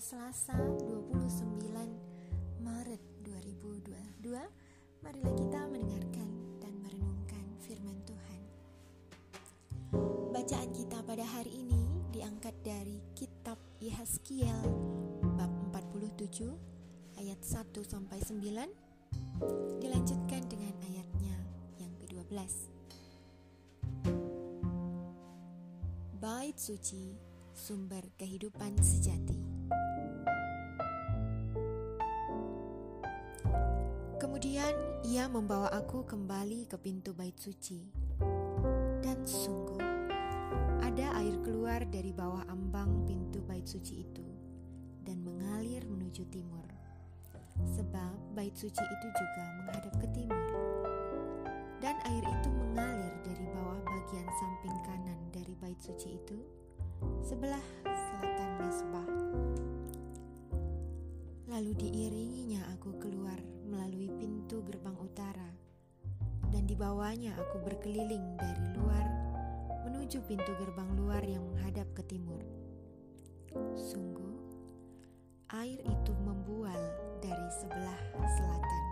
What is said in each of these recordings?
Selasa 29 Maret 2022. Marilah kita mendengarkan dan merenungkan firman Tuhan. Bacaan kita pada hari ini diangkat dari kitab Yehezkiel bab 47 ayat 1-9, dilanjutkan dengan ayatnya yang ke-12. Bait suci, sumber kehidupan sejati. Kemudian ia membawa aku kembali ke pintu bait suci, dan sungguh ada air keluar dari bawah ambang pintu bait suci itu dan mengalir menuju timur, sebab bait suci itu juga menghadap ke timur. Dan air itu mengalir dari bawah bagian samping kanan dari bait suci itu, sebelah selatan mezbah. Lalu diiringinya aku keluar melalui pintu gerbang utara, dan dibawanya aku berkeliling dari luar menuju pintu gerbang luar yang menghadap ke timur. Sungguh, air itu membual dari sebelah selatan.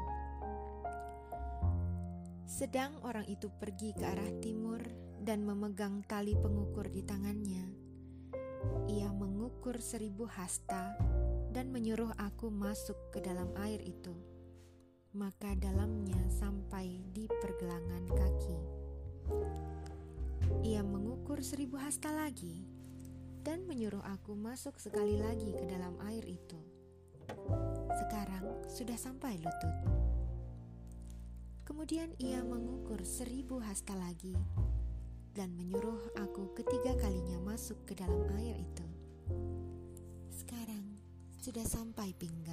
Sedang orang itu pergi ke arah timur dan memegang tali pengukur di tangannya. Ia mengukur 1000 hasta dan menyuruh aku masuk ke dalam air itu. Maka dalamnya sampai di pergelangan kaki. Ia mengukur 1000 hasta lagi dan menyuruh aku masuk sekali lagi ke dalam air itu. Sekarang sudah sampai lutut. Kemudian ia mengukur 1000 hasta lagi dan menyuruh aku ketiga kalinya masuk ke dalam air itu. Sekarang sudah sampai pinggang.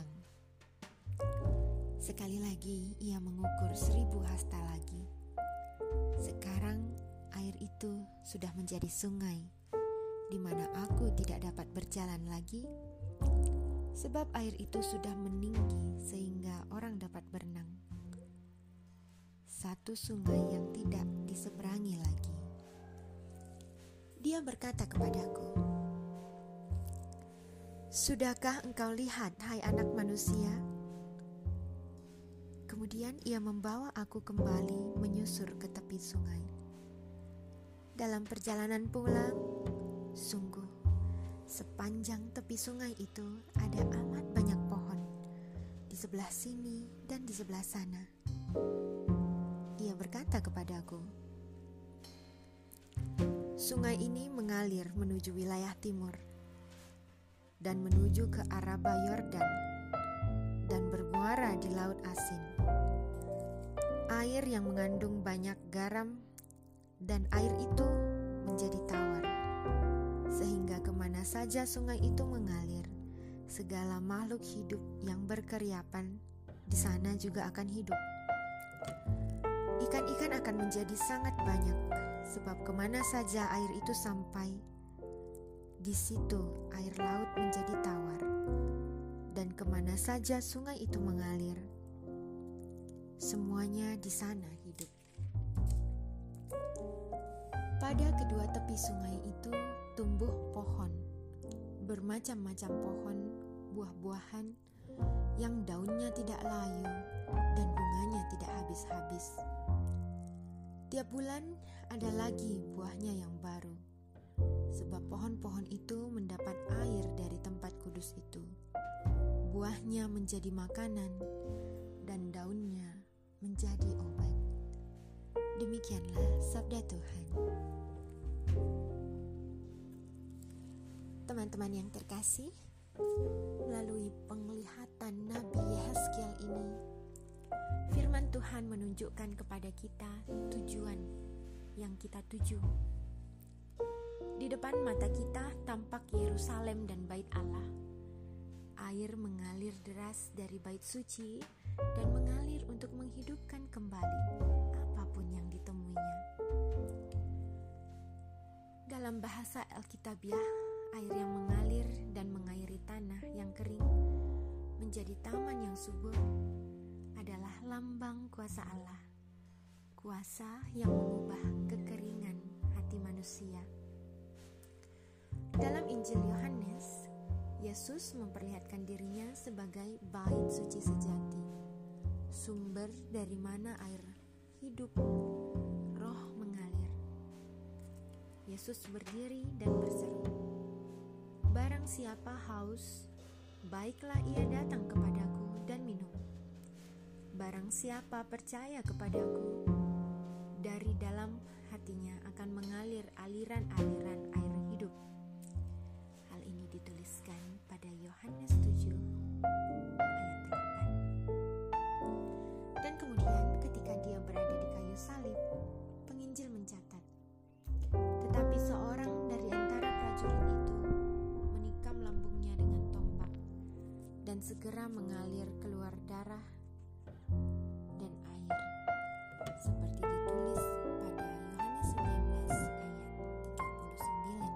Sekali lagi ia mengukur 1000 hasta lagi. Sekarang air itu sudah menjadi sungai, di mana aku tidak dapat berjalan lagi, sebab air itu sudah meninggi sehingga orang dapat berenang. Satu sungai yang tidak diseberangi lagi. Dia berkata kepadaku, "Sudahkah engkau lihat, hai anak manusia?" Kemudian ia membawa aku kembali menyusur ke tepi sungai. Dalam perjalanan pulang, sungguh sepanjang tepi sungai itu ada amat banyak pohon di sebelah sini dan di sebelah sana. Ia berkata kepadaku, "Sungai ini mengalir menuju wilayah timur dan menuju ke Araba Yordan dan bermuara di Laut Asin. Air yang mengandung banyak garam, dan air itu menjadi tawar, sehingga kemana saja sungai itu mengalir, segala makhluk hidup yang berkeriapan di sana juga akan hidup. Ikan-ikan akan menjadi sangat banyak, sebab kemana saja air itu sampai, di situ air laut menjadi tawar, dan kemana saja sungai itu mengalir, semuanya di sana hidup." Pada kedua tepi sungai itu tumbuh pohon, bermacam-macam pohon buah-buahan yang daunnya tidak layu dan bunganya tidak habis-habis. Tiap bulan ada lagi buahnya yang baru, sebab pohon-pohon itu mendapat air dari tempat kudus itu. Buahnya menjadi makanan dan daunnya menjadi obat. Demikianlah sabda Tuhan. Teman-teman yang terkasih, melalui penglihatan Nabi Yehezkiel ini, firman Tuhan menunjukkan kepada kita tujuan yang kita tuju. Di depan mata kita tampak Yerusalem dan bait Allah. Air mengalir deras dari bait suci dan mengalir untuk menghidupkan kembali apapun yang ditemuinya. Dalam bahasa Alkitabiah, air yang mengalir dan mengairi tanah yang kering menjadi taman yang subur adalah lambang kuasa Allah, kuasa yang mengubah kekeringan hati manusia. Dalam Injil Yohanes Yesus memperlihatkan dirinya sebagai bait suci sejati, sumber dari mana air hidup roh mengalir. Yesus berdiri dan berseru, "Barang siapa haus, baiklah ia datang kepadaku dan minum. Barang siapa percaya kepadaku, dari dalam hatinya akan mengalir aliran-aliran air hidup." Hal ini dituliskan pada Yohanes 7 ayat 8. Dan kemudian ketika dia berada di kayu salib, penginjil mencatat, tetapi seorang dari antara prajurit itu menikam lambungnya dengan tombak, dan segera mengalir keluar darah dan air, seperti ditulis pada Yohanes 19 ayat 39.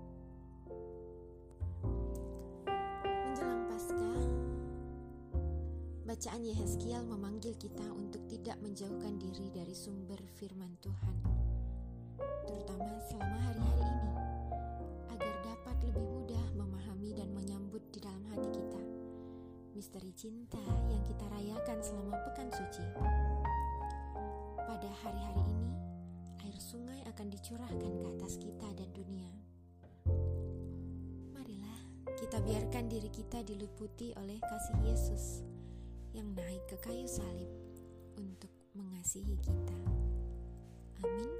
Menjelang Paskah, bacaan Yehezkiel memanggil kita untuk tidak menjauhkan diri dari sumber firman Tuhan, terutama selama hari-hari ini, agar dapat lebih mudah memahami dan menyambut di dalam hati kita misteri cinta yang kita rayakan selama Pekan Suci. Pada hari-hari ini, air sungai akan dicurahkan ke atas kita dan dunia. Marilah kita biarkan diri kita diliputi oleh kasih Yesus yang naik ke kayu salib untuk mengasihi kita. Amin.